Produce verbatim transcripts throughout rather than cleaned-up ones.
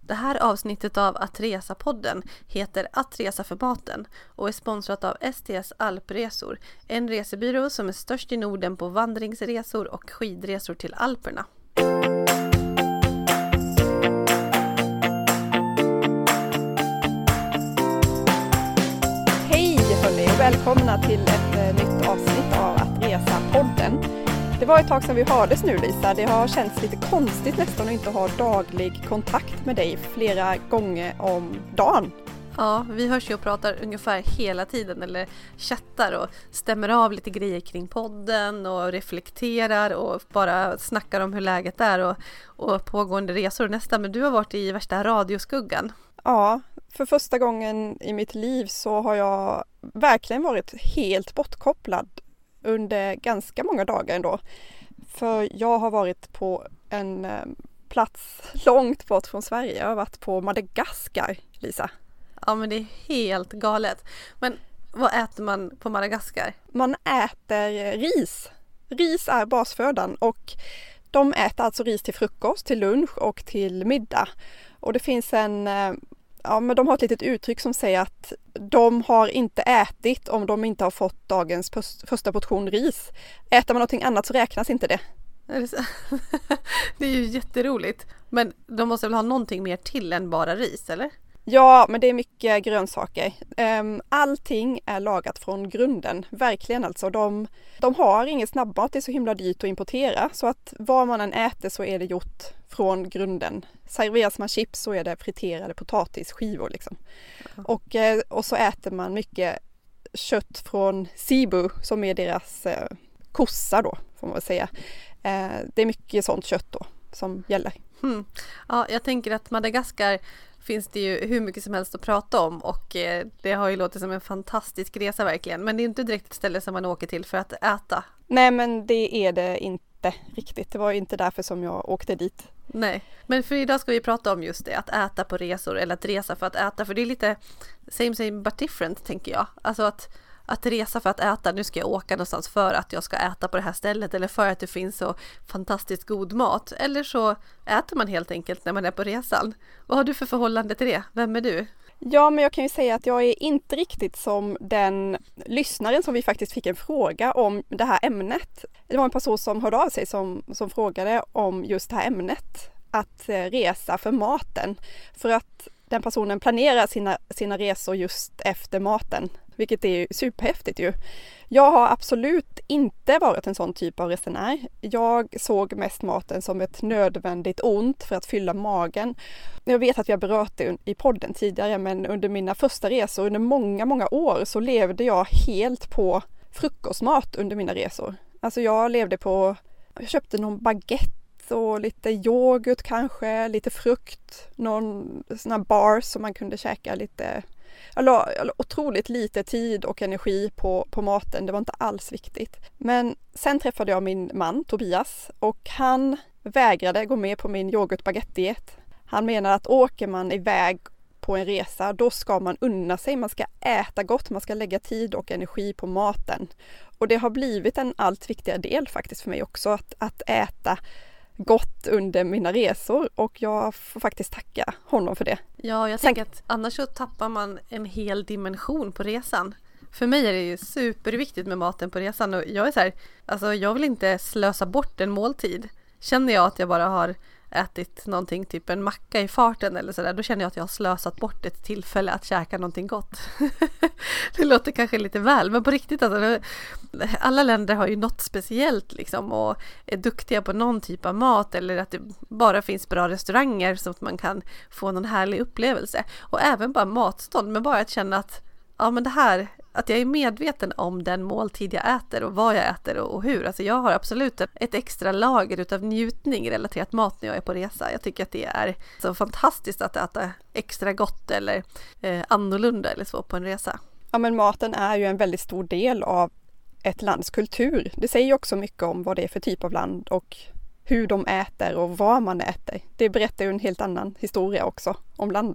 Det här avsnittet av Att resa-podden heter Att resa för maten och är sponsrat av S T S Alpresor, en resebyrå som är störst i Norden på vandringsresor och skidresor till Alperna. Hej hörni och välkomna till ett eh, nytt avsnitt av Att resa-podden. Det var ett tag sedan vi hördes nu, Lisa. Det har känts lite konstigt nästan att inte ha daglig kontakt med dig flera gånger om dagen. Ja, vi hörs ju och pratar ungefär hela tiden eller chattar och stämmer av lite grejer kring podden och reflekterar och bara snackar om hur läget är och, och pågående resor nästan. Men du har varit i värsta radioskuggan. Ja, för första gången i mitt liv så har jag verkligen varit helt bortkopplad under ganska många dagar ändå. För jag har varit på en eh, plats långt bort från Sverige. Jag har varit på Madagaskar, Lisa. Ja, men det är helt galet. Men vad äter man på Madagaskar? Man äter ris. Ris är basfödan och de äter alltså ris till frukost, till lunch och till middag. Och det finns en... Eh, Ja, men de har ett litet uttryck som säger att de har inte ätit om de inte har fått dagens första portion ris. Äter man någonting annat så räknas inte det. Är det, så? Det är ju jätteroligt. Men de måste väl ha någonting mer till än bara ris, eller? Ja, men det är mycket grönsaker. Allting är lagat från grunden. Verkligen alltså. De, de har ingen snabbmat, det är så himla dyrt att importera. Så att vad man än äter så är det gjort från grunden. Serveras man chips så är det friterade potatisskivor liksom. Mm. Och, och så äter man mycket kött från Cebu som är deras eh, kossa då, får man väl säga. Eh, det är mycket sånt kött då som gäller. Hmm. Ja, jag tänker att Madagaskar finns det ju hur mycket som helst att prata om och eh, det har ju låtit som en fantastisk resa verkligen. Men det är inte direkt ett ställe som man åker till för att äta. Nej, men det är det inte riktigt. Det var ju inte därför som jag åkte dit. Nej, men för idag ska vi prata om just det, att äta på resor eller att resa för att äta. För det är lite same same but different, tänker jag. Alltså att, att resa för att äta, nu ska jag åka någonstans för att jag ska äta på det här stället eller för att det finns så fantastiskt god mat. Eller så äter man helt enkelt när man är på resan. Vad har du för förhållande till det? Vem är du? Ja, men jag kan ju säga att jag är inte riktigt som den lyssnaren som vi faktiskt fick en fråga om det här ämnet. Det var en person som hörde av sig som, som frågade om just det här ämnet, att resa för maten. För att den personen planerar sina, sina resor just efter maten, vilket är superhäftigt ju. Jag har absolut inte varit en sån typ av resenär. Jag såg mest maten som ett nödvändigt ont för att fylla magen. Jag vet att vi har berört det i podden tidigare, men under mina första resor under många, många år så levde jag helt på frukostmat under mina resor. Alltså jag levde på, jag köpte någon baguette och lite yoghurt kanske, lite frukt, någon sån här bars som man kunde käka lite. Jag la, jag la otroligt lite tid och energi på, på maten, det var inte alls viktigt. Men sen träffade jag min man Tobias och han vägrade gå med på min yoghurt-baguette-diet. Han menar att åker man iväg på en resa, då ska man unna sig, man ska äta gott, man ska lägga tid och energi på maten. Och det har blivit en allt viktigare del faktiskt för mig också, att, att äta gott under mina resor och jag får faktiskt tacka honom för det. Ja, jag tänker att annars så tappar man en hel dimension på resan. För mig är det ju superviktigt med maten på resan och jag är så här, alltså jag vill inte slösa bort en måltid. Känner jag att jag bara har ätit någonting, typ en macka i farten eller sådär, då känner jag att jag har slösat bort ett tillfälle att käka någonting gott. Det låter kanske lite väl, men på riktigt alltså, alla länder har ju något speciellt liksom och är duktiga på någon typ av mat eller att det bara finns bra restauranger så att man kan få någon härlig upplevelse. Och även bara matstånd, men bara att känna att ja, men det här, att jag är medveten om den måltid jag äter och vad jag äter och, och hur. Alltså jag har absolut ett extra lager utav njutning relaterat mat när jag är på resa. Jag tycker att det är så fantastiskt att äta extra gott eller eh, annorlunda eller så på en resa. Ja, men maten är ju en väldigt stor del av ett lands kultur. Det säger ju också mycket om vad det är för typ av land och hur de äter och vad man äter. Det berättar ju en helt annan historia också om landet.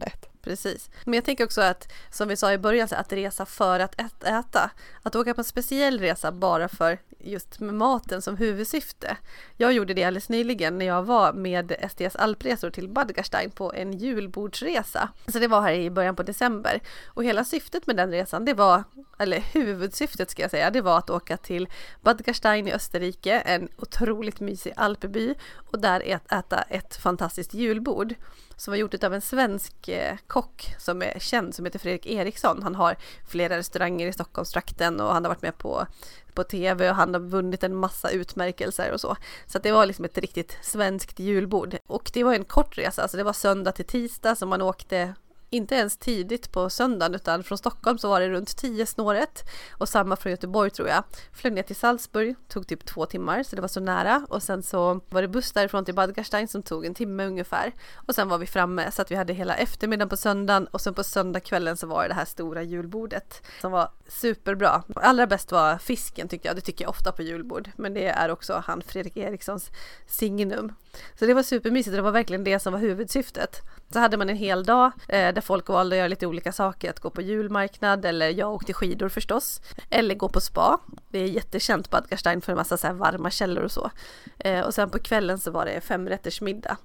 Precis. Men jag tänker också att, som vi sa i början, att resa för att äta. Att åka på en speciell resa bara för just med maten som huvudsyfte. Jag gjorde det alldeles nyligen när jag var med S D S Alpresor till Bad Gastein på en julbordsresa. Så det var här i början på december. Och hela syftet med den resan, det var, eller huvudsyftet ska jag säga, det var att åka till Bad Gastein i Österrike, en otroligt mysig alpeby, och där äta ett fantastiskt julbord som var gjort av en svensk eh, kock som är känd, som heter Fredrik Eriksson. Han har flera restauranger i Stockholmstrakten och han har varit med på, på tv och han har vunnit en massa utmärkelser och så. Så att det var liksom ett riktigt svenskt julbord. Och det var en kort resa, alltså det var söndag till tisdag som man åkte inte ens tidigt på söndagen, utan från Stockholm så var det runt tio snåret, och samma från Göteborg tror jag. Flög ner till Salzburg, tog typ två timmar, så det var så nära, och sen så var det buss därifrån till Bad Gastein som tog en timme ungefär, och sen var vi framme, så att vi hade hela eftermiddagen på söndagen, och sen på söndagskvällen så var det det här stora julbordet som var superbra. Allra bäst var fisken tycker jag, det tycker jag ofta på julbord, men det är också han Fredrik Erikssons signum. Så det var supermysigt, det var verkligen det som var huvudsyftet. Så hade man en hel dag eh, där folk valde att göra lite olika saker, att gå på julmarknad, eller jag åkte skidor förstås, eller gå på spa. Det är jättekänt Bad Gastein för en massa så här varma källor och så. Eh, och sen på kvällen så var det femrätters middag.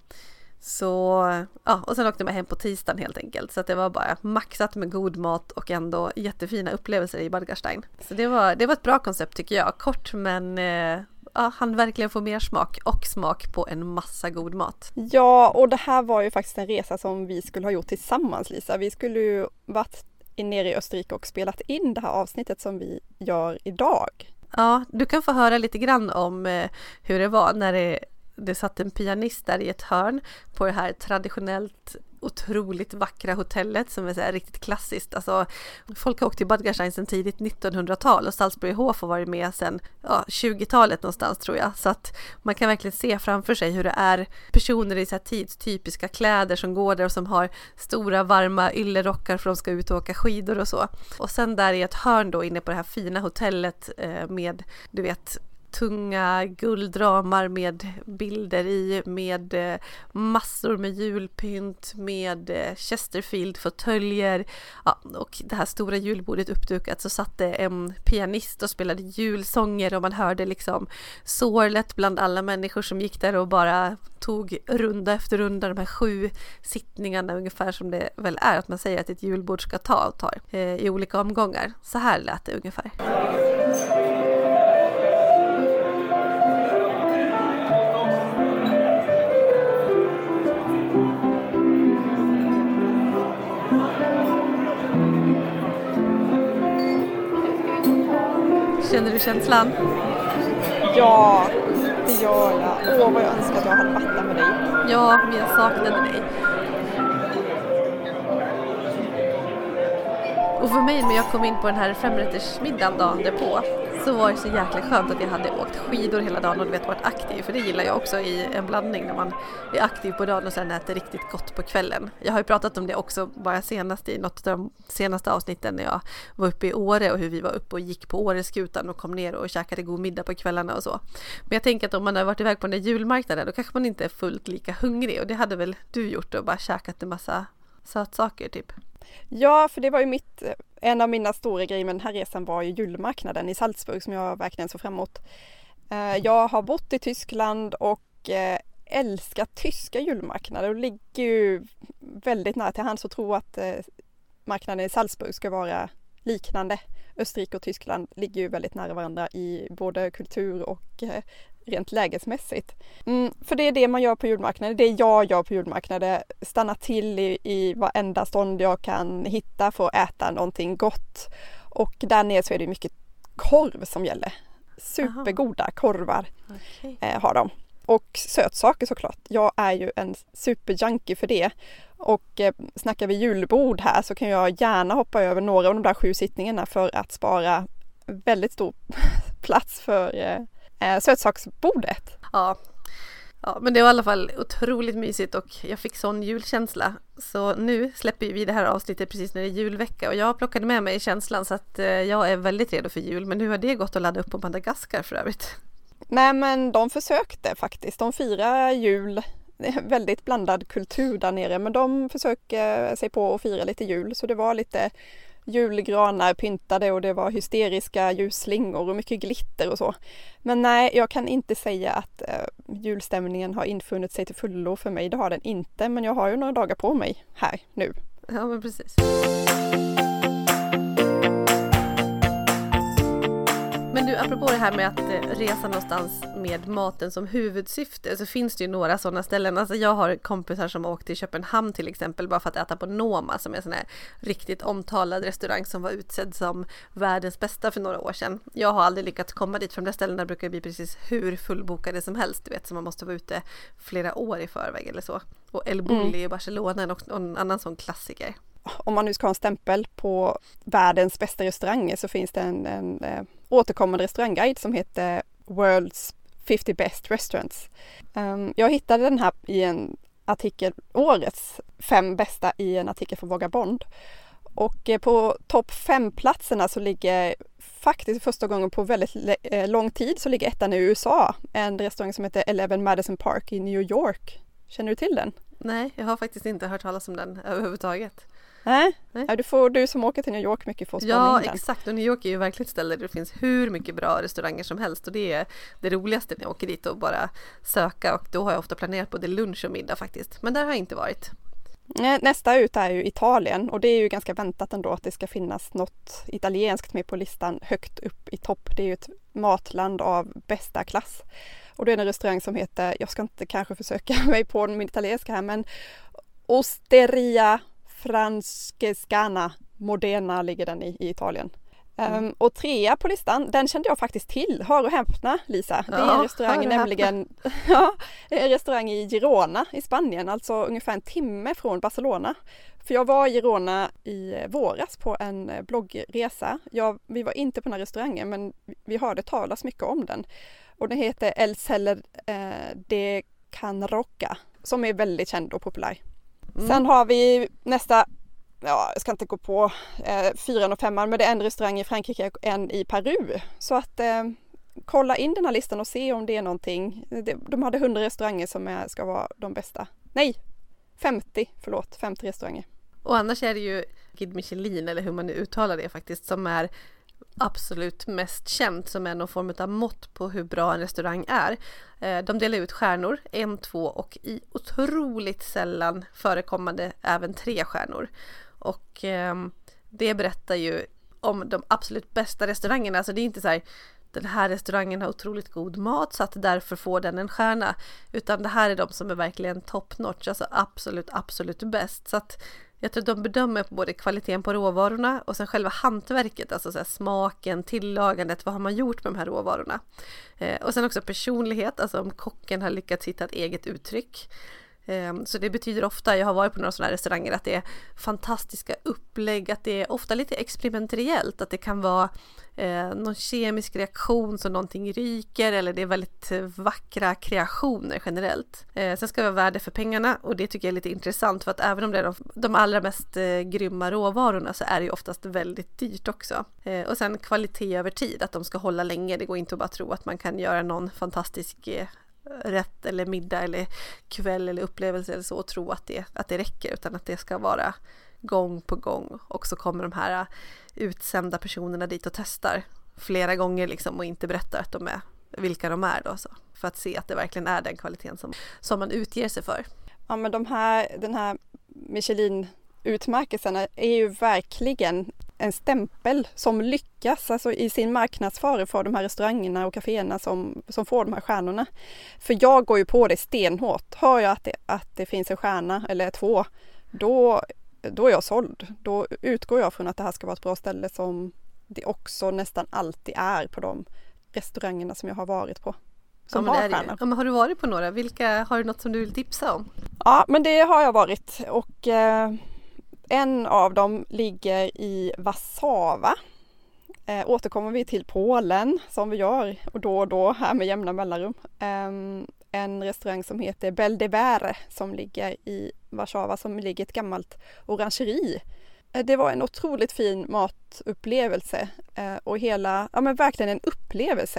Så, ja, och sen åkte man hem på tisdagen helt enkelt. Så att det var bara maxat med god mat och ändå jättefina upplevelser i Bad Gastein. Så det var, det var ett bra koncept tycker jag. Kort men eh, ja, han verkligen får mer smak och smak på en massa god mat. Ja, och det här var ju faktiskt en resa som vi skulle ha gjort tillsammans, Lisa. Vi skulle ju varit nere i Österrike och spelat in det här avsnittet som vi gör idag. Ja, du kan få höra lite grann om eh, hur det var när det Det satt en pianist där i ett hörn på det här traditionellt otroligt vackra hotellet som är så här riktigt klassiskt. Alltså, folk har åkt till Bad Gastein sedan tidigt nittonhundratal och Salzburghof har varit med sedan ja, tjugotalet någonstans tror jag. Så att man kan verkligen se framför sig hur det är personer i så här tidstypiska kläder som går där och som har stora varma yllerockar för att de ska ut och åka skidor och så. Och sen där i ett hörn då inne på det här fina hotellet eh, med, du vet, tunga guldramar med bilder i, med eh, massor med julpynt, med eh, Chesterfield-fåtöljer, ja, och det här stora julbordet uppdukat, så satt det en pianist och spelade julsånger och man hörde liksom sorlet bland alla människor som gick där och bara tog runda efter runda, de här sju sittningarna ungefär som det väl är att man säger att ett julbord ska ta och tar eh, i olika omgångar. Så här lät det ungefär. Känner du känslan? Ja, det gör jag. Åh, vad jag önskar att jag hade varit där med dig. Ja, men jag saknade dig. Och för mig när jag kom in på den här femrättersmiddagen dagen därpå, så var det så jäkla skönt att jag hade åkt skidor hela dagen och du vet varit aktiv. För det gillar jag också i en blandning när man är aktiv på dagen och sen äter riktigt gott på kvällen. Jag har ju pratat om det också bara senast i något av de senaste avsnitten när jag var uppe i Åre och hur vi var uppe och gick på Åreskutan och kom ner och käkade god middag på kvällarna och så. Men jag tänker att om man har varit iväg på den där julmarknaden då kanske man inte är fullt lika hungrig, och det hade väl du gjort och bara käkat en massa sötsaker typ. Ja, för det var ju mitt, en av mina stora grejer med den här resan var ju julmarknaden i Salzburg som jag verkligen såg fram emot. Jag har bott i Tyskland och älskar tyska julmarknader och ligger ju väldigt nära till hands och tror att marknaden i Salzburg ska vara liknande. Österrike och Tyskland ligger ju väldigt nära varandra i både kultur och rent lägesmässigt. Mm, för det är det man gör på julmarknaden, det är det jag gör på julmarknaden. Stanna till i, i varenda stånd jag kan hitta för att äta någonting gott. Och där nere så är det mycket korv som gäller. Supergoda Aha. korvar okay. eh, har de. Och sötsaker såklart. Jag är ju en superjunkie för det. Och eh, snackar vi julbord här så kan jag gärna hoppa över några av de där sju sittningarna för att spara väldigt stor plats för eh, sötsaksbordet. Ja. ja, men det var i alla fall otroligt mysigt och jag fick sån julkänsla. Så nu släpper vi det här avsnittet precis när det är julvecka och jag plockade med mig känslan så att eh, jag är väldigt redo för jul. Men nu har det gått att ladda upp på Madagaskar för övrigt. Nej, men de försökte faktiskt. De firar jul väldigt blandad kultur där nere, men de försöker sig på att fira lite jul, så det var lite julgranar pyntade och det var hysteriska ljusslingor och mycket glitter och så. Men nej, jag kan inte säga att eh, julstämningen har infunnit sig till fullo för mig, det har den inte, men jag har ju några dagar på mig här nu. Ja, men precis. Men du, apropå det här med att resa någonstans med maten som huvudsyfte, så finns det ju några sådana ställen. Alltså jag har kompisar som åkt till Köpenhamn till exempel bara för att äta på Noma, som är en sån här riktigt omtalad restaurang som var utsedd som världens bästa för några år sedan. Jag har aldrig lyckats komma dit, för de där ställena brukar bli precis hur fullbokade som helst, du vet, så man måste vara ute flera år i förväg eller så. Och El Bulli mm. i Barcelona är också en annan sån klassiker. Om man nu ska ha en stämpel på världens bästa restauranger så finns det en, en eh, återkommande restaurangguide som heter World's femtio Best Restaurants. Um, jag hittade den här i en artikel, årets fem bästa i en artikel från Vagabond. Och eh, på topp fem platserna så ligger faktiskt första gången på väldigt le- lång tid så ligger ettan i U S A. En restaurang som heter Eleven Madison Park i New York. Känner du till den? Nej, jag har faktiskt inte hört talas om den överhuvudtaget. Nej, Nej. Ja, du får du som åker till New York mycket får spana Ja, in den. Exakt. Och New York är ju verkligen ett ställe där det finns hur mycket bra restauranger som helst. Och det är det roligaste när jag åker dit och bara söka. Och då har jag ofta planerat både lunch och middag faktiskt. Men där har jag inte varit. Nästa ut är ju Italien. Och det är ju ganska väntat ändå att det ska finnas något italienskt med på listan högt upp i topp. Det är ju ett matland av bästa klass. Och det är en restaurang som heter, jag ska inte kanske försöka mig på min italienska här, men Osteria Francescana Modena ligger den i, i Italien. Mm. Um, och trea på listan, den kände jag faktiskt till. Hör och häpna, Lisa. Det är ja, en restaurang nämligen ja, en restaurang i Girona i Spanien, alltså ungefär en timme från Barcelona. För jag var i Girona i våras på en bloggresa. Jag, vi var inte på den här restaurangen, men vi hörde talas mycket om den. Och den heter El Celler eh, de Can Roca, som är väldigt känd och populär. Mm. Sen har vi nästa, ja, jag ska inte gå på eh, fyran och femman, men det är en restaurang i Frankrike och en i Peru. Så att eh, kolla in den här listan och se om det är någonting. De, de hade hundra restauranger som är, ska vara de bästa. Nej, femtio, förlåt, femtio restauranger. Och annars är det ju Guide Michelin, eller hur man nu uttalar det faktiskt, som är absolut mest känt som är någon form av mått på hur bra en restaurang är. De delar ut stjärnor, en, två och i otroligt sällan förekommande även tre stjärnor. Och eh, det berättar ju om de absolut bästa restaurangerna. Alltså det är inte så här, den här restaurangen har otroligt god mat så att därför får den en stjärna. Utan det här är de som är verkligen top notch, alltså absolut, absolut bäst. Så att jag tror att de bedömer både kvaliteten på råvarorna och sen själva hantverket, alltså så här smaken, tillagandet, vad har man gjort med de här råvarorna. Eh, och sen också personlighet, alltså om kocken har lyckats hitta ett eget uttryck. Eh, så det betyder ofta, jag har varit på några sådana här restauranger, att det är fantastiska upplägg, att det är ofta lite experimentellt, att det kan vara eh, någon kemisk reaktion så någonting ryker, eller det är väldigt vackra kreationer generellt. Eh, sen ska det vara värde för pengarna, och det tycker jag är lite intressant, för att även om det är de, de allra mest eh, grymma råvarorna så är det ju oftast väldigt dyrt också. Eh, och sen kvalitet över tid, att de ska hålla länge. Det går inte att bara tro att man kan göra någon fantastisk eh, rätt eller middag eller kväll eller upplevelse eller så och tro att det, att det räcker, utan att det ska vara gång på gång. Och så kommer de här utsända personerna dit och testar flera gånger liksom, och inte berättar att de är vilka de är då, så, för att se att det verkligen är den kvaliteten som, som man utger sig för. Ja, men de här, den här Michelin-utmärkelserna är ju verkligen en stämpel som lyckas alltså i sin marknadsföring för de här restaurangerna och kaféerna som, som får de här stjärnorna. För jag går ju på det stenhårt. Hör jag att det, att det finns en stjärna eller två, då, då är jag såld. Då utgår jag från att det här ska vara ett bra ställe, som det också nästan alltid är på de restaurangerna som jag har varit på. Som ja, har men stjärnor. Ja, men har du varit på några? Vilka, har du något som du vill tipsa om? Ja, men det har jag varit, och eh, en av dem ligger i Warszawa. Eh, återkommer vi till Polen som vi gör och då och då här med jämna mellanrum. Eh, en restaurang som heter Belvedere som ligger i Warszawa, som ligger ett gammalt orangeri. Eh, det var en otroligt fin matupplevelse eh, och hela, ja men verkligen en upplevelse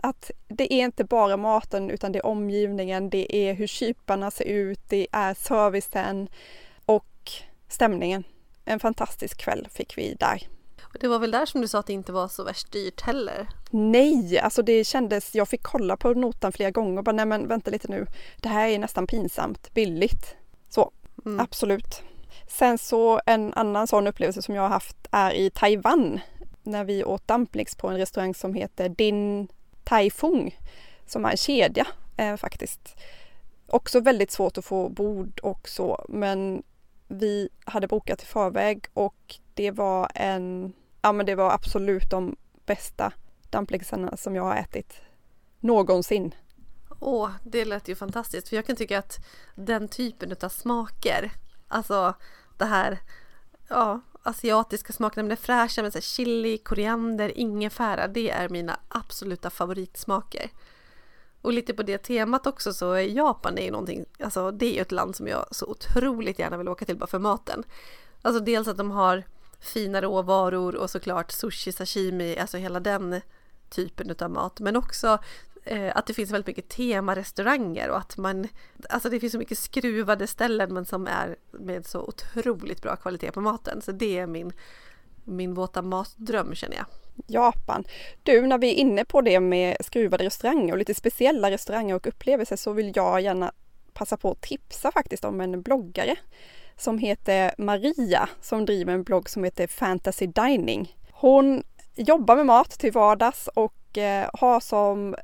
att det är inte bara maten utan det är omgivningen, det är hur kyparna ser ut, det är servicen och stämningen. En fantastisk kväll fick vi där. Det var väl där som du sa att det inte var så värst dyrt heller? Nej, alltså det kändes, jag fick kolla på notan flera gånger och bara nej men vänta lite nu, det här är nästan pinsamt billigt. Så, mm. absolut. Sen så en annan sån upplevelse som jag har haft är i Taiwan när vi åt dumplings på en restaurang som heter Din Tai Fung som är en kedja eh, faktiskt. Också väldigt svårt att få bord och så, men vi hade bokat i förväg och det var en, ja men det var absolut de bästa dumplingsarna som jag har ätit någonsin. Åh, det lät ju fantastiskt. För jag kan tycka att den typen av smaker, alltså det här, ja, asiatiska smakerna med det fräscha med så här chili, koriander, ingefära, det är mina absoluta favoritsmaker. Och lite på det temat också så är Japan är ju någonting, alltså det är ju ett land som jag så otroligt gärna vill åka till bara för maten. Alltså dels att de har fina råvaror och såklart sushi, sashimi, alltså hela den typen av mat. Men också eh, att det finns väldigt mycket temarestauranger och att man, alltså det finns så mycket skruvade ställen men som är med så otroligt bra kvalitet på maten. Så det är min, min våta matdröm känner jag. Japan. Du, när vi är inne på det med skruvade restauranger och lite speciella restauranger och upplevelser så vill jag gärna passa på att tipsa faktiskt om en bloggare som heter Maria som driver en blogg som heter Fantasy Dining. Hon jobbar med mat till vardags och eh, har som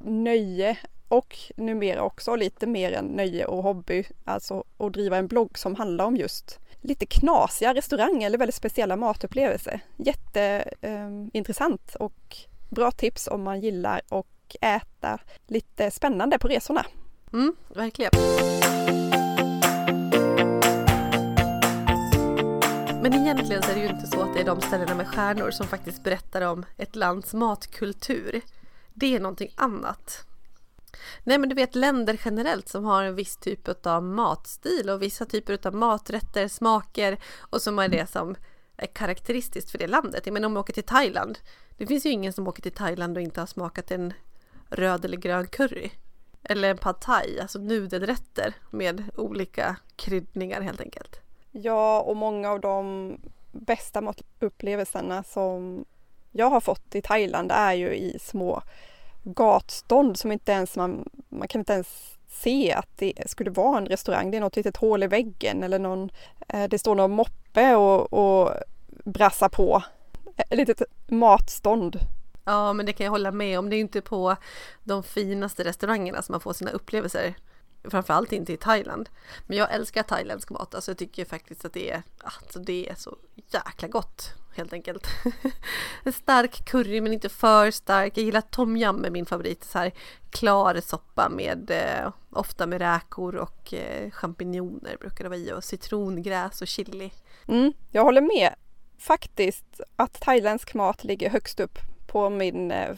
nöje och numera också lite mer än nöje och hobby, alltså att driva en blogg som handlar om just lite knasiga restauranger eller väldigt speciella matupplevelser. Jätteintressant eh, och bra tips om man gillar att äta lite spännande på resorna. Mm, verkligen. Men egentligen så är det ju inte så att det är de ställena med stjärnor som faktiskt berättar om ett lands matkultur. Det är någonting annat. Nej men du vet länder generellt som har en viss typ av matstil och vissa typer av maträtter, smaker och som är det som är karaktäristiskt för det landet. Jag menar om man åker till Thailand, det finns ju ingen som åker till Thailand och inte har smakat en röd eller grön curry. Eller en pad thai, alltså nudelrätter med olika kryddningar helt enkelt. Ja, och många av de bästa matupplevelserna som jag har fått i Thailand är ju i små gatstånd som inte ens man, man kan inte ens se att det skulle vara en restaurang. Det är något litet hål i väggen eller någon, det står någon moppe och, och brassar på. Ett litet matstånd. Ja, men det kan jag hålla med om. Det är ju inte på de finaste restaurangerna som man får sina upplevelser. Framförallt inte i Thailand. Men jag älskar thailändsk mat. Alltså jag tycker faktiskt att det är, alltså det är så jäkla gott. Helt enkelt. En stark curry men inte för stark. Jag gillar tom yum med min favorit. Så här klar soppa med eh, ofta med räkor och eh, champinjoner brukar det vara i. Och citrongräs och chili. Mm, jag håller med. Faktiskt att thailändsk mat ligger högst upp på min eh,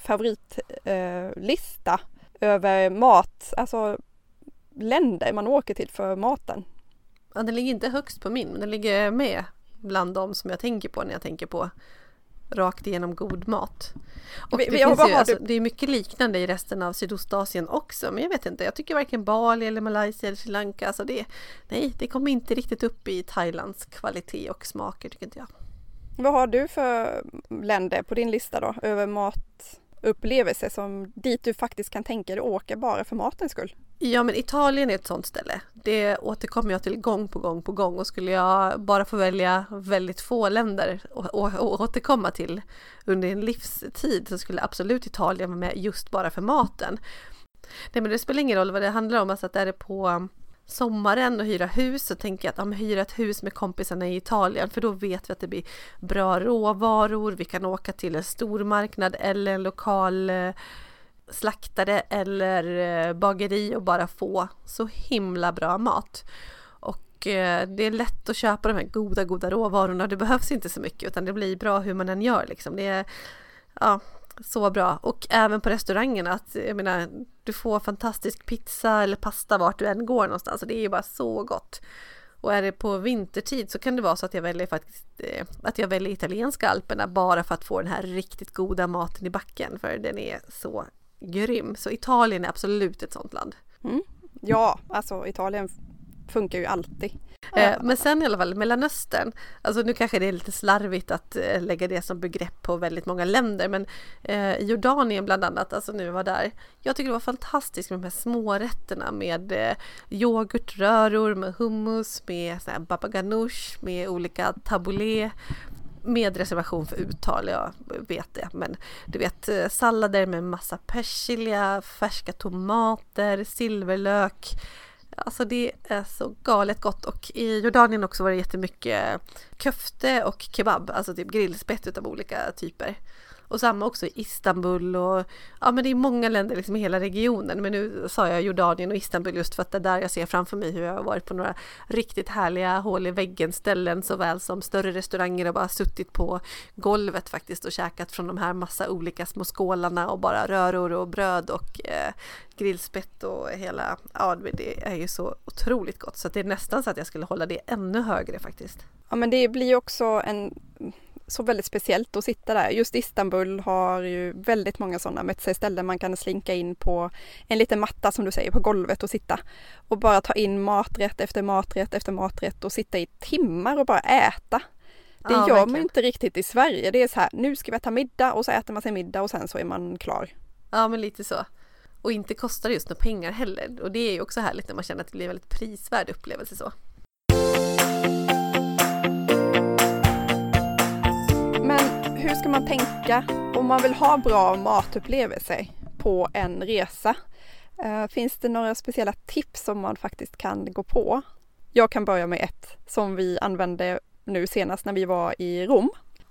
favoritlista eh, över mat. Alltså länder man åker till för maten. Ja, den ligger inte högst på min, men den ligger med bland de som jag tänker på när jag tänker på rakt igenom god mat. Och vi, det, vi, finns ju, alltså, det är mycket liknande i resten av Sydostasien också, men jag vet inte, jag tycker varken Bali eller Malaysia eller Sri Lanka, alltså det, nej, det kommer inte riktigt upp i Thailands kvalitet och smaker tycker inte jag. Vad har du för länder på din lista då, över matupplevelser som dit du faktiskt kan tänka dig åka bara för matens skull? Ja, men Italien är ett sånt ställe. Det återkommer jag till gång på gång på gång och skulle jag bara få välja väldigt få länder och, och, och återkomma till under en livstid så skulle absolut Italien vara med just bara för maten. Nej, men det spelar ingen roll vad det handlar om. Alltså att är det på sommaren och hyra hus så tänker jag att ja, hyra ett hus med kompisarna i Italien för då vet vi att det blir bra råvaror. Vi kan åka till en stormarknad eller en lokal slaktare eller bageri och bara få så himla bra mat. Och eh, det är lätt att köpa de här goda, goda råvarorna. Det behövs inte så mycket utan det blir bra hur man än gör. Liksom. Det är ja, så bra. Och även på restaurangerna. Att, jag menar, du får fantastisk pizza eller pasta vart du än går någonstans. Och det är ju bara så gott. Och är det på vintertid så kan det vara så att jag väljer faktiskt eh, att jag väljer italienska Alperna bara för att få den här riktigt goda maten i backen. För den är så grym. Så Italien är absolut ett sånt land. Mm. Ja, alltså Italien funkar ju alltid. Eh, men sen i alla fall Mellanöstern, alltså nu kanske det är lite slarvigt att eh, lägga det som begrepp på väldigt många länder, men eh, Jordanien bland annat, alltså nu var där, jag tycker det var fantastiskt med de här små rätterna med eh, yoghurtröror, med hummus, med sån här baba ganoush, med olika tabbouleh, med reservation för uttal, jag vet det, men du vet eh, sallader med massa persilja, färska tomater, silverlök. Alltså det är så galet gott, och i Jordanien också var det jättemycket köfte och kebab, alltså typ grillspett utav olika typer. Och samma också i Istanbul, och ja, men det är många länder liksom i hela regionen, men nu sa jag Jordanien och Istanbul just för att det är där jag ser framför mig hur jag har varit på några riktigt härliga hål i väggen ställen, såväl som större restauranger, och bara suttit på golvet faktiskt och käkat från de här massa olika små skålarna och bara röror och bröd och eh, grillspett och hela, ja det är ju så otroligt gott, så att det är nästan så att jag skulle hålla det ännu högre faktiskt. Ja, men det blir ju också en så väldigt speciellt att sitta där. Just Istanbul har ju väldigt många sådana med sig ställen man kan slinka in på en liten matta som du säger på golvet och sitta och bara ta in maträtt efter maträtt efter maträtt och sitta i timmar och bara äta. Det ja, gör verkligen. man inte riktigt i Sverige. Det är så här, nu ska vi äta middag och så äter man sig middag och sen så är man klar. Ja, men lite så. Och inte kostar just några pengar heller. Och det är ju också härligt när man känner att det blir en väldigt prisvärd upplevelse så. Men hur ska man tänka om man vill ha bra matupplevelser på en resa? Uh, finns det några speciella tips som man faktiskt kan gå på? Jag kan börja med ett som vi använde nu senast när vi var i Rom.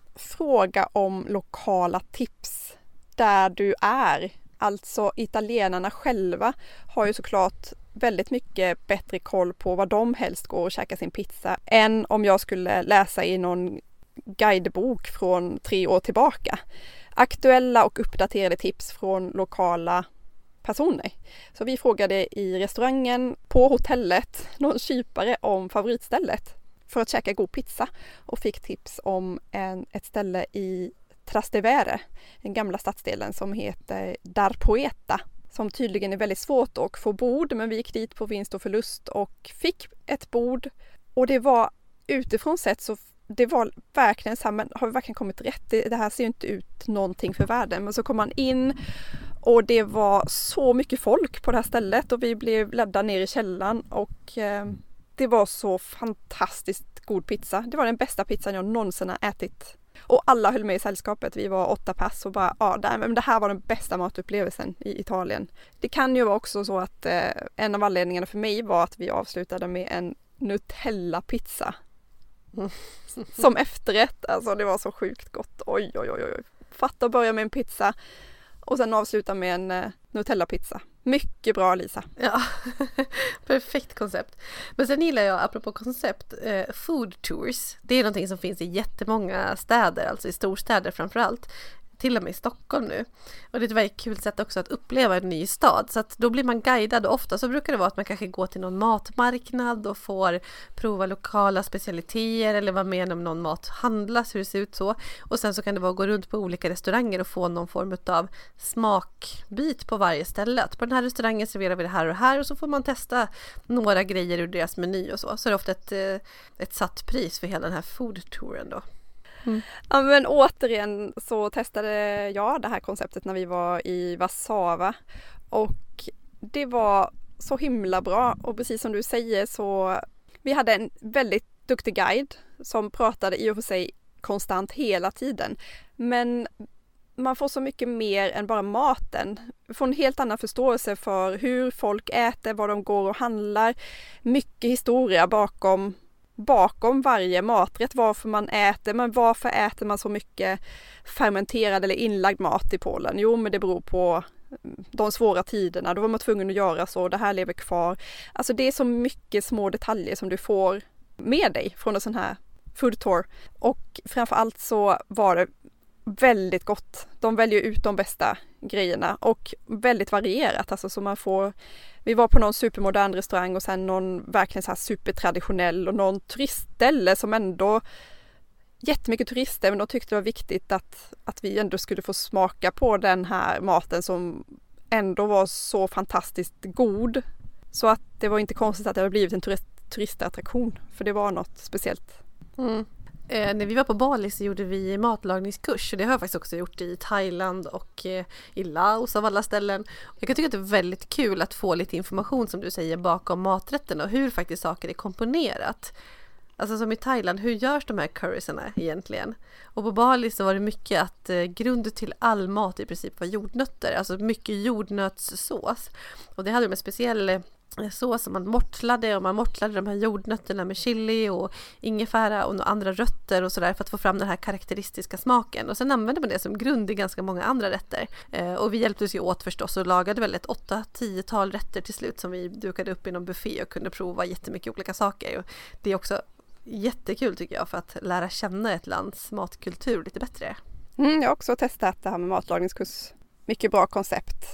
Fråga om lokala tips där du är. Alltså italienarna själva har ju såklart väldigt mycket bättre koll på vad de helst går och käka sin pizza än om jag skulle läsa i någon guidebok från tre år tillbaka. Aktuella och uppdaterade tips från lokala personer. Så vi frågade i restaurangen på hotellet någon kypare om favoritstället för att käka god pizza och fick tips om en, ett ställe i Trastevere, den gamla stadsdelen som heter Dar Poeta, som tydligen är väldigt svårt att få bord, men vi gick dit på vinst och förlust och fick ett bord, och det var utifrån sett så det var verkligen så här, men har vi verkligen kommit rätt? Det, det här ser ju inte ut någonting för världen, men så kom man in och det var så mycket folk på det här stället och vi blev ledda ner i källaren och eh, det var så fantastiskt god pizza. Det var den bästa pizzan jag någonsin har ätit. Och alla höll med i sällskapet. Vi var åtta pass och bara, ja, det här var den bästa matupplevelsen i Italien. Det kan ju vara också så att eh, en av anledningarna för mig var att vi avslutade med en Nutella-pizza. Mm. Som efterrätt. Alltså det var så sjukt gott. Oj, oj, oj, oj. Fatta att börja med en pizza och sen avsluta med en eh, Nutella-pizza. Mycket bra, Lisa. Ja, perfekt koncept. Men sen gillar jag, apropå koncept, eh, food tours. Det är någonting som finns i jättemånga städer, alltså i storstäder framförallt. Till och med i Stockholm nu. Och det är ett väldigt kul sätt också att uppleva en ny stad. Så att då blir man guidad, och ofta så brukar det vara att man kanske går till någon matmarknad och får prova lokala specialiteter eller vara med om någon mat handlas, hur det ser ut så. Och sen så kan det vara att gå runt på olika restauranger och få någon form av smakbit på varje ställe. Att på den här restaurangen serverar vi det här och här, och så får man testa några grejer ur deras meny och så. Så är det ofta ett, ett satt pris för hela den här foodtouren då. Mm. Ja, men återigen så testade jag det här konceptet när vi var i Warszawa och det var så himla bra, och precis som du säger så vi hade en väldigt duktig guide som pratade i och för sig konstant hela tiden, men man får så mycket mer än bara maten. Man får en helt annan förståelse för hur folk äter, vad de går och handlar, mycket historia bakom bakom varje maträtt, varför man äter, men varför äter man så mycket fermenterad eller inlagd mat i Polen? Jo, men det beror på de svåra tiderna, då var man tvungen att göra så, det här lever kvar. Alltså det är så mycket små detaljer som du får med dig från en sån här food tour, och framförallt så var det väldigt gott. De väljer ut de bästa grejerna och väldigt varierat, alltså så man får. Vi var på någon supermodern restaurang och sen någon verkligen så här supertraditionell och någon turistställe som ändå jättemycket turister, men de tyckte det var viktigt att, att vi ändå skulle få smaka på den här maten som ändå var så fantastiskt god. Så att det var inte konstigt att det hade blivit en turist, turistattraktion. För det var något speciellt. Mm. Eh, när vi var på Bali så gjorde vi matlagningskurs. Och det har jag faktiskt också gjort i Thailand och eh, i Laos av alla ställen. Jag kan tycka att det är väldigt kul att få lite information som du säger bakom maträtten och hur faktiskt saker är komponerat. Alltså som i Thailand, hur görs de här currysarna egentligen? Och på Bali så var det mycket att eh, grunden till all mat i princip var jordnötter. Alltså mycket jordnötssås. Och det hade de en speciell eh, sås som man mortlade och man mortlade de här jordnötterna med chili och ingefära och andra rötter och sådär för att få fram den här karaktäristiska smaken. Och sen använde man det som grund i ganska många andra rätter. Eh, och vi hjälptes ju åt förstås och lagade väl ett åtta tiotal rätter till slut som vi dukade upp i någon buffé och kunde prova jättemycket olika saker. Och det är också jättekul tycker jag för att lära känna ett lands matkultur lite bättre. Mm, jag har också testat det här med matlagningskurs. Mycket bra koncept.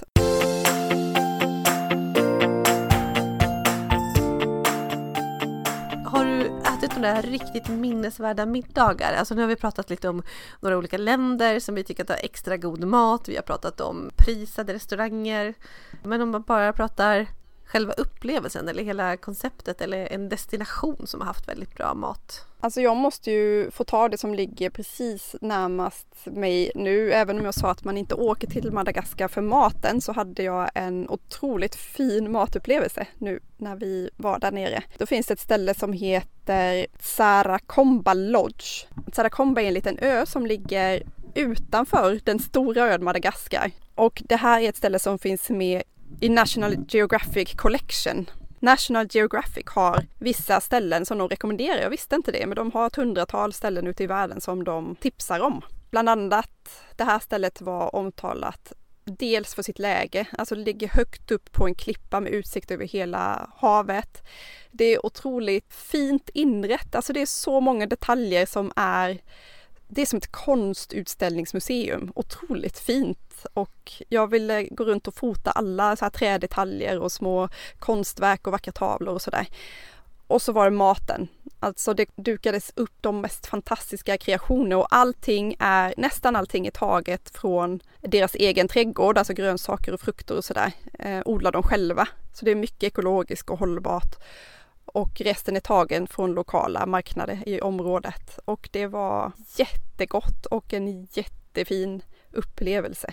Har du ätit de där riktigt minnesvärda middagar? Alltså nu har vi pratat lite om några olika länder som vi tycker att har extra god mat. Vi har pratat om prisade restauranger. Men om man bara pratar själva upplevelsen eller hela konceptet eller en destination som har haft väldigt bra mat. Alltså jag måste ju få ta det som ligger precis närmast mig nu. Även om jag sa att man inte åker till Madagaskar för maten så hade jag en otroligt fin matupplevelse nu när vi var där nere. Då finns det ett ställe som heter Tsarakomba Lodge. Tsarakomba är en liten ö som ligger utanför den stora ön Madagaskar. Och det här är ett ställe som finns med i National Geographic Collection. National Geographic har vissa ställen som de rekommenderar. Jag visste inte det, men de har ett hundratal ställen ute i världen som de tipsar om. Bland annat det här stället var omtalat dels för sitt läge. Alltså det ligger högt upp på en klippa med utsikt över hela havet. Det är otroligt fint inrätt. Alltså det är så många detaljer som är... Det är som ett konstutställningsmuseum. Otroligt fint. Och jag ville gå runt och fota alla så här trädetaljer och små konstverk och vackra tavlor och sådär. Och så var det maten. Alltså det dukades upp de mest fantastiska kreationer och allting är, nästan allting är taget från deras egen trädgård, alltså grönsaker och frukter och sådär. Eh, odlar de själva. Så det är mycket ekologiskt och hållbart. Och resten är tagen från lokala marknader i området. Och det var jättegott och en jättefin upplevelse.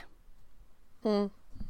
Mm.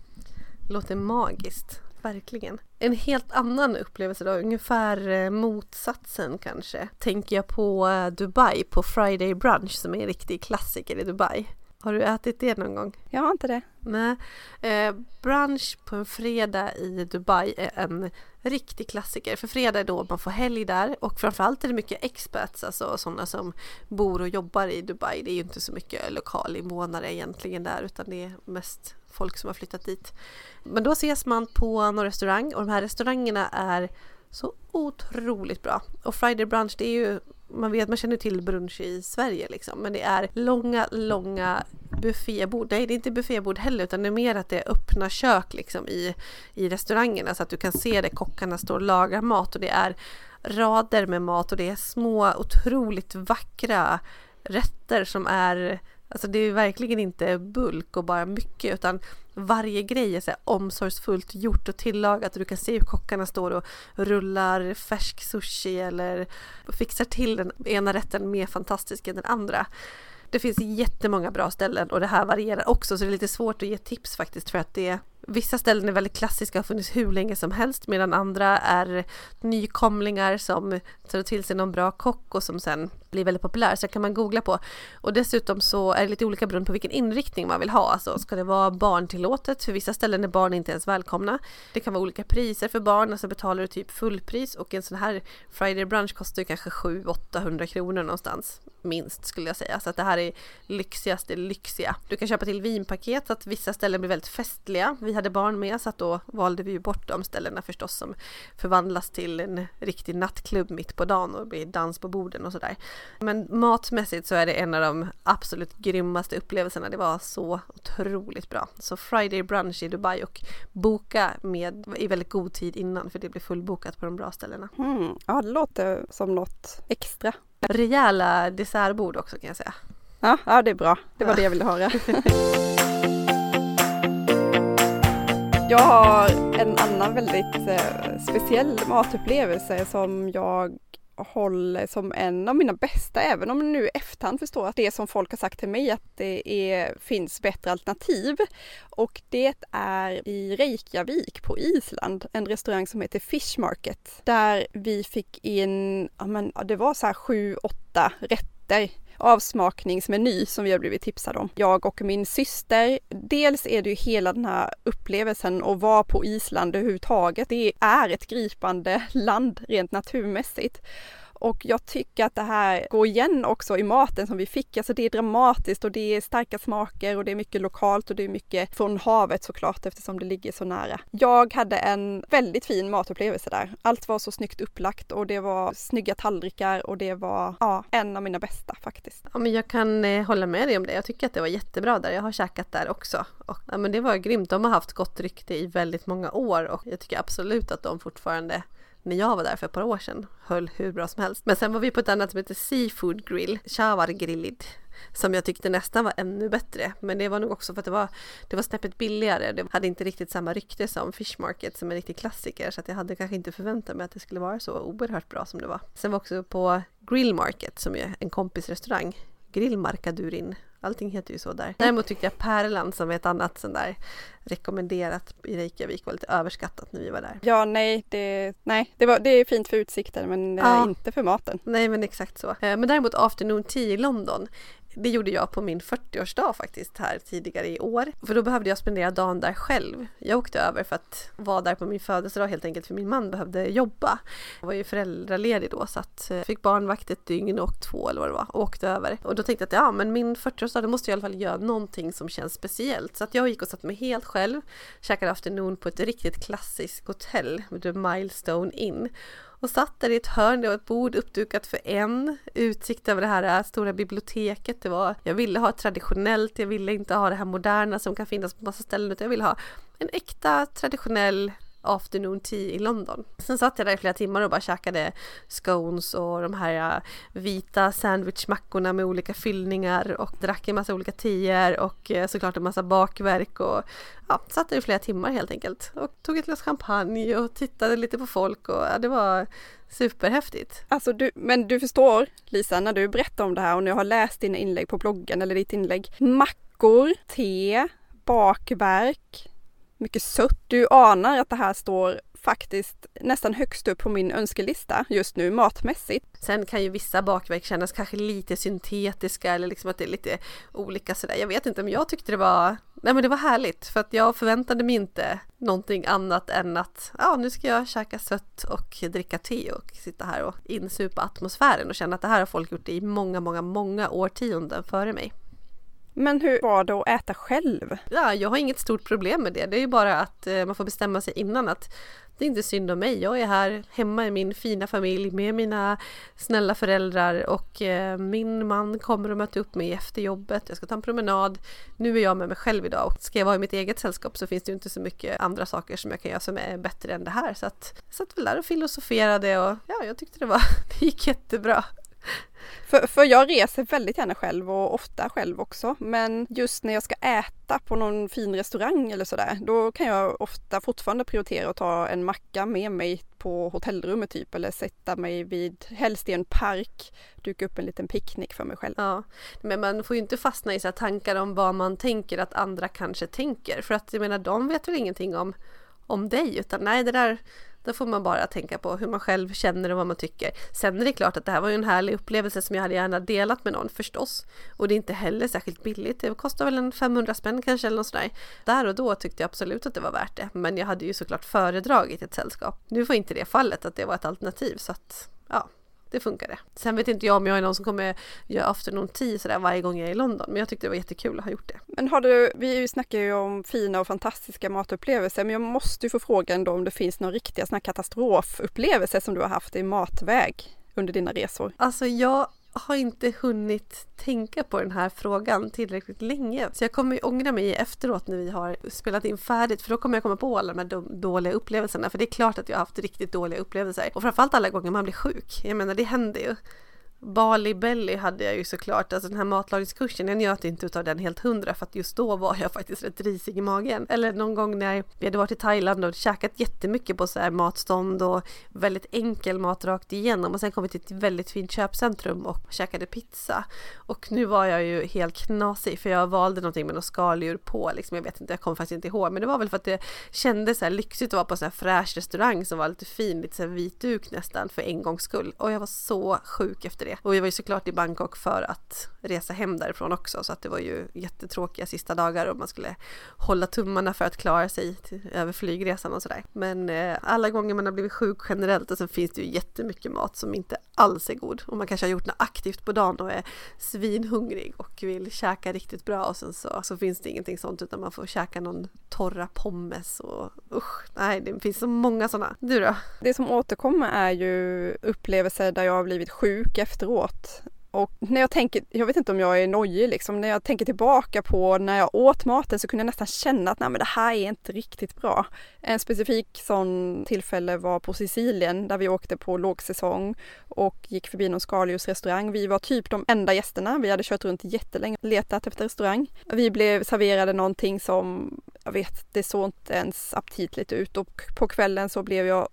Låter magiskt, verkligen. En helt annan upplevelse då, ungefär motsatsen kanske. Tänker jag på Dubai, på Friday Brunch som är en riktig klassiker i Dubai. Har du ätit det någon gång? Jag har inte det. Nej. Eh, brunch på en fredag i Dubai är en riktig klassiker. För fredag är då man får helg där. Och framförallt är det mycket expats, alltså sådana som bor och jobbar i Dubai. Det är ju inte så mycket lokalinvånare egentligen där, utan det är mest folk som har flyttat dit. Men då ses man på någon restaurang och de här restaurangerna är så otroligt bra. Och Friday Brunch, det är ju, man vet, man känner till brunch i Sverige liksom, men det är långa, långa buffébord. Nej, det är inte buffébord heller, utan det är mer att det är öppna kök liksom i, i restaurangerna så att du kan se det, kockarna står och lagar mat och det är rader med mat och det är små, otroligt vackra rätter som är, alltså det är verkligen inte bulk och bara mycket, utan varje grej är så här omsorgsfullt gjort och tillagat och du kan se hur kockarna står och rullar färsk sushi eller fixar till den ena rätten mer fantastisk än den andra. Det finns jättemånga bra ställen och det här varierar också, så det är lite svårt att ge tips faktiskt, för att det, vissa ställen är väldigt klassiska och har funnits hur länge som helst, medan andra är nykomlingar som tar till sig någon bra kock och som sen blir väldigt populär, så kan man googla på. Och dessutom så är det lite olika beroende på vilken inriktning man vill ha. Alltså ska det vara barntillåtet? För vissa ställen är barn inte ens välkomna. Det kan vara olika priser för barn, alltså betalar du typ fullpris, och en sån här Friday Brunch kostar ju kanske sju till åttahundra kronor någonstans, minst skulle jag säga. Så att det här är lyxigaste lyxiga. Du kan köpa till vinpaket så att vissa ställen blir väldigt festliga. Vi hade barn med, så att då valde vi ju bort de ställena förstås som förvandlas till en riktig nattklubb mitt på dagen och blir dans på borden och sådär. Men matmässigt så är det en av de absolut grymmaste upplevelserna. Det var så otroligt bra. Så Friday Brunch i Dubai, och boka med i väldigt god tid innan, för det blir fullbokat på de bra ställena. Mm, ja, det låter som något extra. Rejäla dessertbord också kan jag säga. Ja, ja det är bra. Det var ja. det jag ville höra. Jag har en annan väldigt eh, speciell matupplevelse som jag håller som en av mina bästa, även om jag nu i efterhand förstår att det som folk har sagt till mig att det är, finns bättre alternativ. Och det är i Reykjavik på Island, en restaurang som heter Fish Market, där vi fick in, ja men det var så här sju, åtta rätter, avsmakningsmeny som vi har blivit tipsade om. Jag och min syster, dels är det ju hela den här upplevelsen att vara på Island överhuvudtaget. Det är ett gripande land rent naturmässigt. Och jag tycker att det här går igen också i maten som vi fick. Alltså det är dramatiskt och det är starka smaker och det är mycket lokalt och det är mycket från havet såklart eftersom det ligger så nära. Jag hade en väldigt fin matupplevelse där. Allt var så snyggt upplagt och det var snygga tallrikar och det var ja, en av mina bästa faktiskt. Ja, men jag kan eh, hålla med dig om det. Jag tycker att det var jättebra där. Jag har käkat där också. Och, ja, men det var grymt. De har haft gott rykte i väldigt många år och jag tycker absolut att de fortfarande, när jag var där för ett par år sedan, höll hur bra som helst. Men sen var vi på ett annat som heter Seafood Grill, Chavar Grillid, som jag tyckte nästan var ännu bättre. Men det var nog också för att det var, det var snäppet billigare. Det hade inte riktigt samma rykte som Fish Market som är riktigt klassiker. Så att jag hade kanske inte förväntat mig att det skulle vara så oerhört bra som det var. Sen var också på Grill Market som är en kompisrestaurang. Grillmarkadurin. Allting heter ju så där. Däremot tyckte jag Pärlan som är ett annat sån där rekommenderat i Reykjavik var lite överskattat när vi var där. Ja, nej, det, nej, det, var, det är fint för utsikten men ja. Inte för maten. Nej, men exakt så. Men däremot afternoon tea i London, det gjorde jag på min fyrtioårsdag faktiskt här tidigare i år. För då behövde jag spendera dagen där själv. Jag åkte över för att vara där på min födelsedag helt enkelt för min man behövde jobba. Jag var ju föräldraledig då så att jag fick barnvakt ett dygn och två eller vad det var och åkte över. Och då tänkte jag att ja, men min fyrtioårsdag då måste jag i alla fall göra någonting som känns speciellt. Så att jag gick och satt mig helt själv, käkade afternoon på ett riktigt klassiskt hotell med The Milestone Inn. Och satt där i ett hörn, det var ett bord uppdukat för en, utsikt över det här stora biblioteket. Det var, jag ville ha traditionellt, jag ville inte ha det här moderna som kan finnas på massa ställen, utan jag ville ha en äkta traditionell afternoon tea i London. Sen satt jag där i flera timmar och bara käkade scones och de här vita sandwichmackorna med olika fyllningar och drack en massa olika teer och såklart en massa bakverk och ja, satt där i flera timmar helt enkelt och tog ett glas champagne och tittade lite på folk och ja, det var superhäftigt. Alltså du, men du förstår Lisa, när du berättar om det här och nu har läst dina inlägg på bloggen eller ditt inlägg, mackor, te, bakverk, mycket sött. Du anar att det här står faktiskt nästan högst upp på min önskelista just nu matmässigt. Sen kan ju vissa bakverk kännas kanske lite syntetiska eller liksom att det är lite olika sådär. Jag vet inte, men jag tyckte det var, nej men det var härligt för att jag förväntade mig inte någonting annat än att ja, nu ska jag käka sött och dricka te och sitta här och insupa atmosfären och känna att det här har folk gjort i många, många, många årtionden före mig. Men hur var det att äta själv? Ja, jag har inget stort problem med det. Det är ju bara att eh, man får bestämma sig innan att det är inte synd om mig. Jag är här hemma i min fina familj med mina snälla föräldrar och eh, min man kommer att möta upp mig efter jobbet. Jag ska ta en promenad. Nu är jag med mig själv idag och ska jag vara i mitt eget sällskap så finns det ju inte så mycket andra saker som jag kan göra som är bättre än det här. Så att jag satt väl där och filosoferade och ja, jag tyckte det var det gick jättebra. För, för jag reser väldigt gärna själv och ofta själv också, men just när jag ska äta på någon fin restaurang eller sådär, då kan jag ofta fortfarande prioritera att ta en macka med mig på hotellrummet typ, eller sätta mig vid, helst i en park, duka upp en liten picknick för mig själv. Ja, men man får ju inte fastna i så här tankar om vad man tänker att andra kanske tänker, för att jag menar, de vet väl ingenting om, om dig, utan nej, det där då får man bara tänka på hur man själv känner och vad man tycker. Sen är det klart att det här var ju en härlig upplevelse som jag hade gärna delat med någon förstås. Och det är inte heller särskilt billigt. Det kostar väl en femhundra spänn kanske eller något sådär. Där och då tyckte jag absolut att det var värt det. Men jag hade ju såklart föredragit ett sällskap. Nu var inte det fallet att det var ett alternativ så att ja, det funkade. Sen vet inte jag om jag är någon som kommer göra afternoon tea sådär varje gång jag är i London. Men jag tyckte det var jättekul att ha gjort det. Men har du, vi snackar ju om fina och fantastiska matupplevelser. Men jag måste ju få fråga ändå om det finns några riktiga såna katastrofupplevelser som du har haft i matväg under dina resor. Alltså jag har inte hunnit tänka på den här frågan tillräckligt länge. Så jag kommer ju ångra mig efteråt när vi har spelat in färdigt. För då kommer jag komma på alla de här dåliga upplevelserna. För det är klart att jag har haft riktigt dåliga upplevelser. Och framförallt alla gånger man blir sjuk. Jag menar, det händer ju. Bali Belly hade jag ju såklart, alltså den här matlagningskursen, jag njöt inte utav den helt hundra för att just då var jag faktiskt rätt risig i magen. Eller någon gång när vi hade varit i Thailand och käkat jättemycket på så här matstånd och väldigt enkel mat rakt igenom och sen kom vi till ett väldigt fint köpcentrum och käkade pizza. Och nu var jag ju helt knasig för jag valde någonting med något skaldjur på, liksom, jag vet inte, jag kommer faktiskt inte ihåg, men det var väl för att det kändes så här lyxigt att vara på så här fräsch restaurang som var lite fin, lite så här vit duk nästan för en gångs skull. Och jag var så sjuk efter det. Och vi var ju såklart i Bangkok för att resa hem därifrån också, så att det var ju jättetråkiga sista dagar och man skulle hålla tummarna för att klara sig till, över flygresan och sådär. Men eh, alla gånger man har blivit sjuk generellt, och så finns det ju jättemycket mat som inte alls är god. Och man kanske har gjort något aktivt på dagen och är svinhungrig och vill käka riktigt bra och sen så, så finns det ingenting sånt utan man får käka någon torra pommes och usch, nej det finns så många sådana. Du då? Det som återkommer är ju upplevelser där jag har blivit sjuk efteråt. Och när jag tänker, jag vet inte om jag är nojig liksom, när jag tänker tillbaka på när jag åt maten så kunde jag nästan känna att nej men det här är inte riktigt bra. En specifik sån tillfälle var på Sicilien där vi åkte på lågsäsong och gick förbi någon skaldjursrestaurang. Vi var typ de enda gästerna, vi hade kört runt jättelänge och letat efter restaurang. Vi blev serverade någonting som, jag vet, det såg inte ens aptitligt ut och på kvällen så blev jag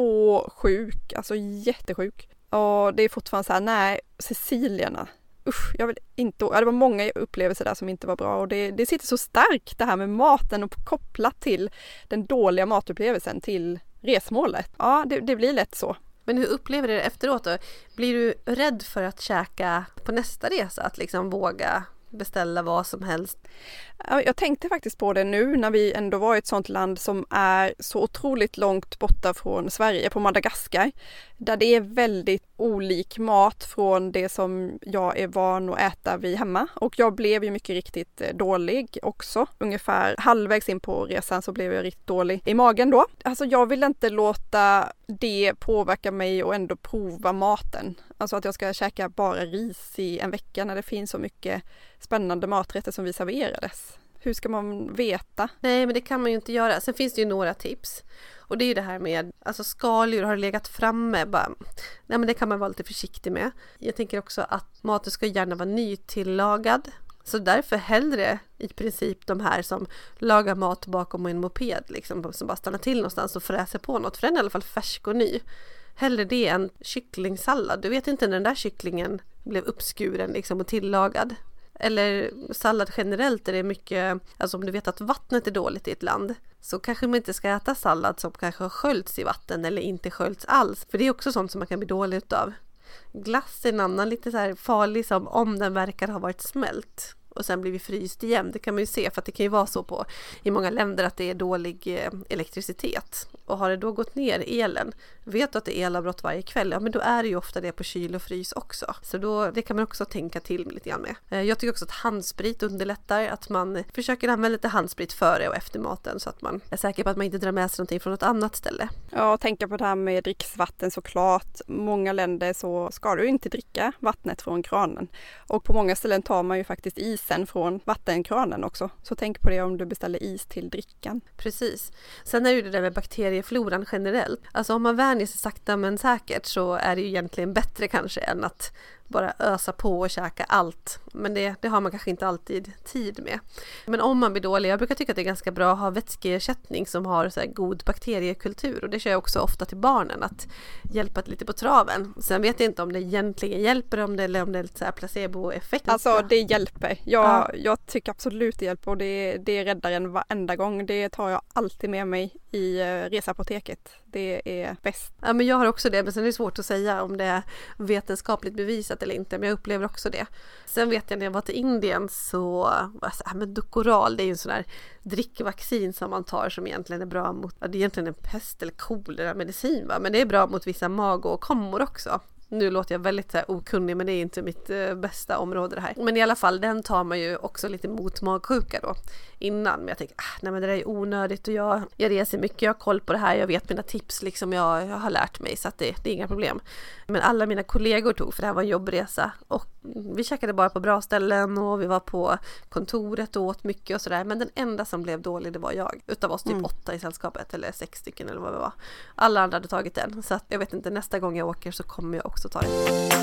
så sjuk, alltså jättesjuk. Och det är fortfarande så här, nej, Sicilierna, usch, jag vill inte, ja, det var många upplevelser där som inte var bra och det, det sitter så starkt det här med maten och kopplat till den dåliga matupplevelsen till resmålet. Ja, det, det blir lätt så. Men hur upplever du det efteråt då? Blir du rädd för att käka på nästa resa, att liksom våga beställa vad som helst? Jag tänkte faktiskt på det nu när vi ändå var i ett sånt land som är så otroligt långt borta från Sverige, på Madagaskar, där det är väldigt olik mat från det som jag är van att äta vid hemma. Och jag blev ju mycket riktigt dålig också. Ungefär halvvägs in på resan så blev jag riktigt dålig i magen då. Alltså jag vill inte låta det påverka mig och ändå prova maten. Alltså att jag ska käka bara ris i en vecka när det finns så mycket spännande maträtter som vi serverades. Hur ska man veta? Nej, men det kan man ju inte göra. Sen finns det ju några tips. Och det är ju det här med, alltså skaldjur har legat framme. Bara, nej, men det kan man vara lite försiktig med. Jag tänker också att maten ska gärna vara nytillagad. Så därför hellre i princip de här som lagar mat bakom en moped. Liksom, som bara stannar till någonstans och fräser på något. För den är i alla fall färsk och ny. Hellre det än kycklingsallad. Du vet inte när den där kycklingen blev uppskuren liksom, och tillagad. Eller sallad generellt är det mycket, alltså om du vet att vattnet är dåligt i ett land så kanske man inte ska äta sallad som kanske har sköljts i vatten eller inte sköljts alls. För det är också sånt som man kan bli dålig utav. Glass är en annan lite så här farlig som om den verkar ha varit smält och sen blir vi fryst igen. Det kan man ju se för att det kan ju vara så på i många länder att det är dålig elektricitet. Och har det då gått ner elen, vet du att det är elavbrott varje kväll, ja men då är det ju ofta det på kyl och frys också. Så då, det kan man också tänka till lite grann med. Jag tycker också att handsprit underlättar, att man försöker använda lite handsprit före och efter maten så att man är säker på att man inte drar med sig någonting från något annat ställe. Ja, och tänka på det här med dricksvatten såklart. Många länder så ska du inte dricka vattnet från kranen. Och på många ställen tar man ju faktiskt isen från vattenkranen också. Så tänk på det om du beställer is till drickan. Precis. Sen är det ju det där med bakteriefloran generellt. Alltså om man vänjer sig sakta men säkert så är det ju egentligen bättre kanske än att bara ösa på och käka allt. Men det, det har man kanske inte alltid tid med. Men om man blir dålig, jag brukar tycka att det är ganska bra att ha vätskeersättning som har så här god bakteriekultur. Och det kör jag också ofta till barnen, att hjälpa lite på traven. Sen vet jag inte om det egentligen hjälper om det, eller om det är lite så här placeboeffekt. Alltså det hjälper. Jag, ja. jag tycker absolut det hjälper och det, det räddar en varenda gång. Det tar jag alltid med mig i resapoteket. Det är bäst. Ja, men jag har också det, men sen är det svårt att säga om det är vetenskapligt bevisat eller inte, men jag upplever också det. Sen vet jag när jag var till Indien så, alltså, men Dukoral, det är ju en sån där drickvaccin som man tar som egentligen är bra mot, ja, det är egentligen en pest eller kolera medicin va, men det är bra mot vissa mag- och kommor också. Nu låter jag väldigt så här, okunnig, men det är inte mitt eh, bästa område det här. Men i alla fall, den tar man ju också lite mot magsjuka då innan. Men jag tänker, ah, nej men det där är onödigt och jag, jag reser mycket, jag har koll på det här, jag vet mina tips liksom, jag, jag har lärt mig så att det, det är inga problem. Men alla mina kollegor tog, för det här var en jobbresa och vi käkade bara på bra ställen och vi var på kontoret och åt mycket och sådär. Men den enda som blev dålig, det var jag. Utav oss typ mm. åtta i sällskapet eller sex stycken eller vad det var. Alla andra hade tagit den. Så att jag vet inte, nästa gång jag åker så kommer jag också också ta det.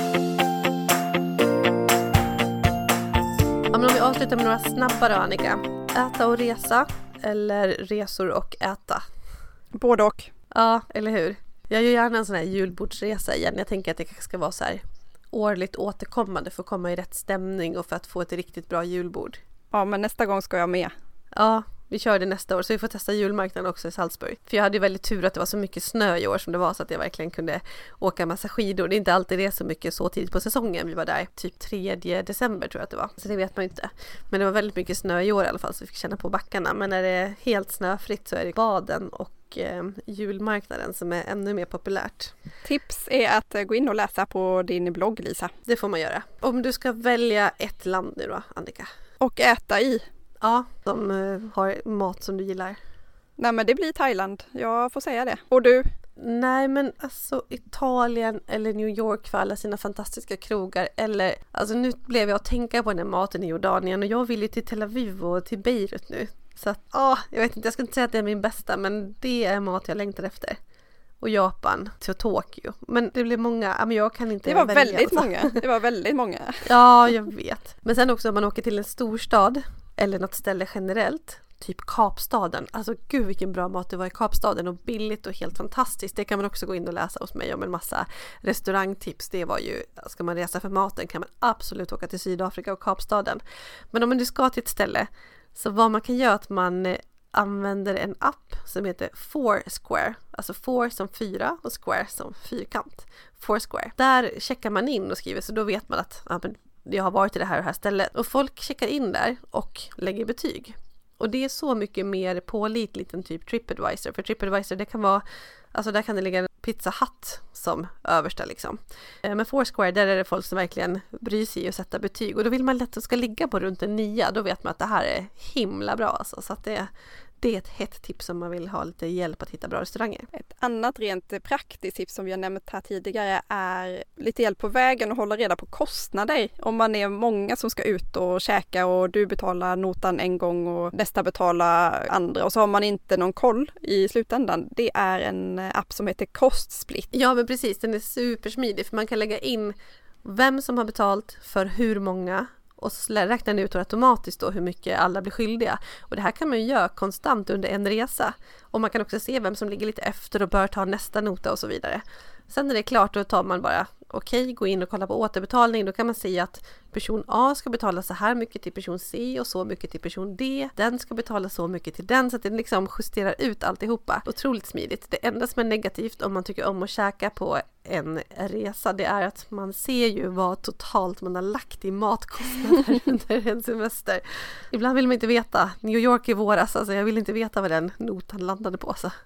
Ja, men om vi avslutar med några snabba då, Annika. Äta och resa eller resor och äta? Både och. Ja, eller hur? Jag gör gärna en sån här julbordsresa igen. Jag tänker att det ska vara så här årligt återkommande för att komma i rätt stämning och för att få ett riktigt bra julbord. Ja, men nästa gång ska jag med. Ja, vi kör det nästa år så vi får testa julmarknaden också i Salzburg. För jag hade ju väldigt tur att det var så mycket snö i år som det var så att jag verkligen kunde åka massa skidor. Det är inte alltid det är så mycket så tidigt på säsongen. Vi var där typ tredje december tror jag att det var. Så det vet man ju inte. Men det var väldigt mycket snö i år i alla fall så vi fick känna på backarna. Men när det är helt snöfritt så är det baden och eh, julmarknaden som är ännu mer populärt. Tips är att gå in och läsa på din blogg, Lisa. Det får man göra. Om du ska välja ett land nu då, Annika. Och äta i. Ja, de uh, har mat som du gillar. Nej, men det blir Thailand. Jag får säga det. Och du? Nej, men alltså Italien eller New York för alla sina fantastiska krogar. Eller, alltså nu blev jag att tänka på den här maten i Jordanien och jag vill ju till Tel Aviv och till Beirut nu. Så att, ja, jag vet inte, jag ska inte säga att det är min bästa, men det är mat jag längtar efter. Och Japan till Tokyo. Men det blev många, men jag kan inte Det var välja, väldigt alltså. många. Det var väldigt många. Ja, jag vet. Men sen också om man åker till en storstad eller något ställe generellt, typ Kapstaden. Alltså gud vilken bra mat det var i Kapstaden och billigt och helt fantastiskt. Det kan man också gå in och läsa hos mig om en massa restaurangtips. Det var ju, ska man resa för maten kan man absolut åka till Sydafrika och Kapstaden. Men om man nu ska till ett ställe så vad man kan göra att man använder en app som heter Foursquare. Alltså four som fyra och square som fyrkant. Foursquare. Där checkar man in och skriver så då vet man att ja, men jag har varit i det här och här stället. Och folk checkar in där och lägger betyg. Och det är så mycket mer pålitligt än typ TripAdvisor. För TripAdvisor det kan vara, alltså där kan det ligga en Pizza Hut som översta liksom. Men Foursquare där är det folk som verkligen bryr sig i att sätta betyg. Och då vill man lätt att det ska ligga på runt en nia. Då vet man att det här är himla bra alltså. Så att det Det är ett hett tips om man vill ha lite hjälp att hitta bra restauranger. Ett annat rent praktiskt tips som vi har nämnt här tidigare är lite hjälp på vägen och hålla reda på kostnader. Om man är många som ska ut och käka och du betalar notan en gång och nästa betalar andra och så har man inte någon koll i slutändan. Det är en app som heter Kostsplit. Ja men precis, den är supersmidig för man kan lägga in vem som har betalt för hur många och så räknar den ut automatiskt då hur mycket alla blir skyldiga. Och det här kan man ju göra konstant under en resa. Och man kan också se vem som ligger lite efter och bör ta nästa nota och så vidare. Sen när det är klart då tar man bara okej, okay, gå in och kolla på återbetalning. Då kan man se att person A ska betala så här mycket till person C och så mycket till person D. Den ska betala så mycket till den så att den liksom justerar ut alltihopa. Otroligt smidigt. Det enda som är negativt om man tycker om att käka på en resa det är att man ser ju vad totalt man har lagt i matkostnader under en semester. Ibland vill man inte veta. New York i våras, alltså jag vill inte veta vad den notan landade på så.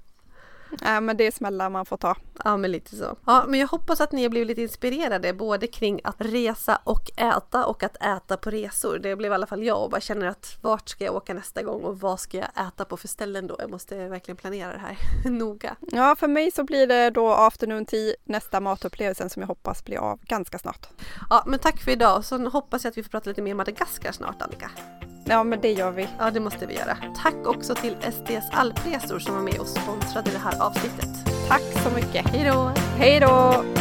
Ja, men det är smällar man får ta. Ja, men lite så. Ja, men jag hoppas att ni har blivit lite inspirerade både kring att resa och äta och att äta på resor. Det blev i alla fall jag och bara känner att vart ska jag åka nästa gång och vad ska jag äta på för ställen då? Jag måste verkligen planera det här noga. Ja, för mig så blir det då afternoon tea, nästa matupplevelsen som jag hoppas blir av ganska snart. Ja, men tack för idag. Så hoppas jag att vi får prata lite mer Madagaskar snart, Annika. Ja, men det gör vi. Ja, det måste vi göra. Tack också till S D S Alpresor som var med och sponsrade det här avsnittet. Tack så mycket. Hej då! Hej då!